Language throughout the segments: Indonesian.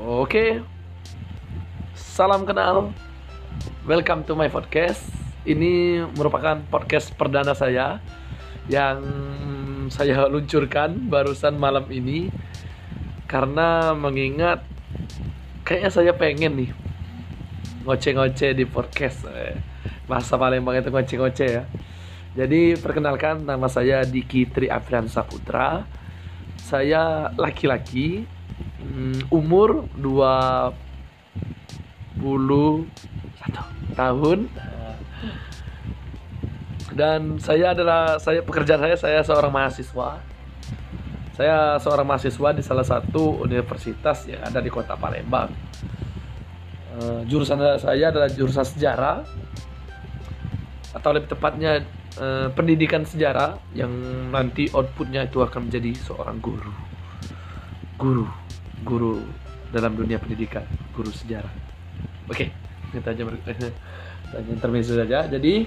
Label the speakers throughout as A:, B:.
A: Oke, salam kenal. Welcome to my podcast. Ini merupakan podcast perdana saya yang saya luncurkan barusan malam ini karena mengingat kayaknya saya pengen nih ngoceh-ngoceh di podcast. Bahasa Palembang itu ngoceh-ngoceh ya. Jadi perkenalkan, nama saya Diki Tri Afrian Saputra. Saya laki-laki, umur 21 tahun, dan pekerjaan saya seorang mahasiswa. Saya seorang mahasiswa di salah satu universitas yang ada di kota Palembang. Jurusan saya adalah jurusan sejarah, atau lebih tepatnya pendidikan sejarah, yang nanti outputnya itu akan menjadi seorang guru dalam dunia pendidikan, guru sejarah. Oke, kita aja intermezzo saja. Jadi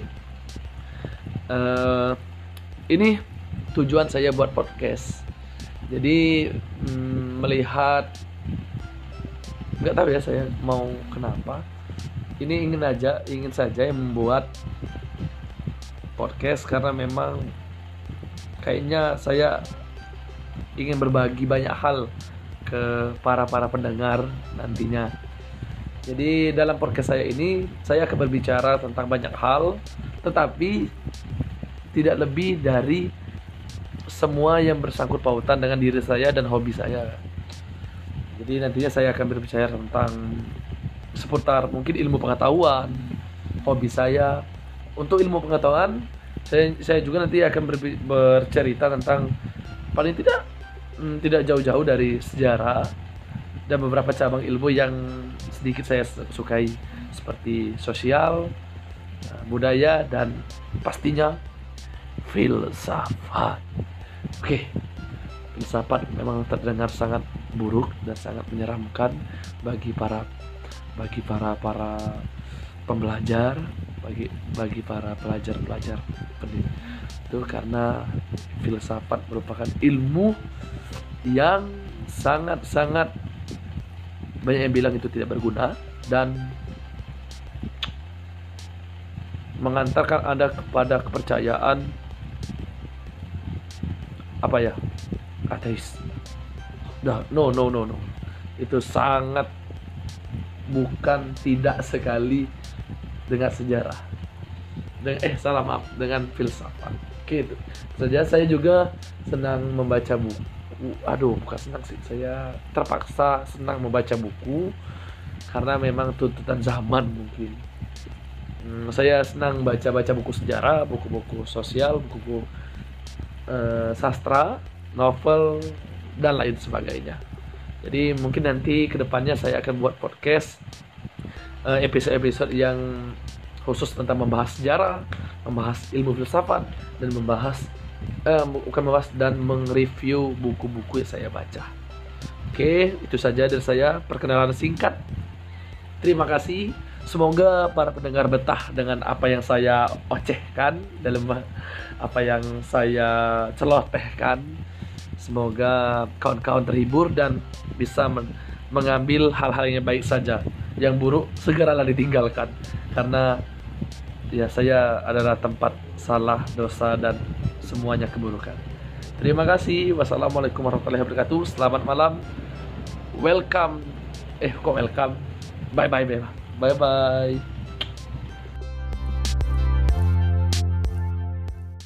A: ini tujuan saya buat podcast. Jadi melihat, nggak tahu ya saya mau kenapa. Ini ingin saja yang membuat podcast karena memang kayaknya saya ingin berbagi banyak hal ke para pendengar nantinya. Jadi dalam podcast saya ini saya akan berbicara tentang banyak hal, tetapi tidak lebih dari semua yang bersangkut pautan dengan diri saya dan hobi saya. Jadi nantinya saya akan berbicara tentang seputar mungkin ilmu pengetahuan, hobi saya. Untuk ilmu pengetahuan, saya juga nanti akan bercerita tentang paling tidak jauh-jauh dari sejarah dan beberapa cabang ilmu yang sedikit saya sukai, seperti sosial, budaya, dan pastinya filsafat. Oke, filsafat memang terdengar sangat buruk dan sangat menyeramkan bagi para pembelajar, bagi para pelajar pendidik itu, karena filsafat merupakan ilmu yang sangat banyak yang bilang itu tidak berguna dan mengantarkan Anda kepada kepercayaan ateis. No. Itu sangat bukan tidak sekali dengan sejarah. Dengan filsafat. Oke, itu saja. Saya juga senang membaca buku. Bukan senang sih. Saya terpaksa senang membaca buku karena memang tuntutan zaman mungkin. Saya senang baca buku sejarah, buku-buku sosial, buku sastra, novel, dan lain sebagainya. Jadi mungkin nanti kedepannya saya akan buat podcast, episode-episode yang khusus tentang membahas sejarah, membahas ilmu filsafat, dan mereview buku-buku yang saya baca. Oke, itu saja dari saya, perkenalan singkat. Terima kasih. Semoga para pendengar betah dengan apa yang saya ocehkan, dalam apa yang saya celotehkan. Semoga kawan-kawan terhibur dan bisa mengambil hal-hal yang baik saja. Yang buruk segeralah ditinggalkan, karena ya saya adalah tempat salah, dosa, dan semuanya keburukan. Terima kasih. Wassalamualaikum warahmatullahi wabarakatuh. Selamat malam. Welcome. Welcome. Bye bye.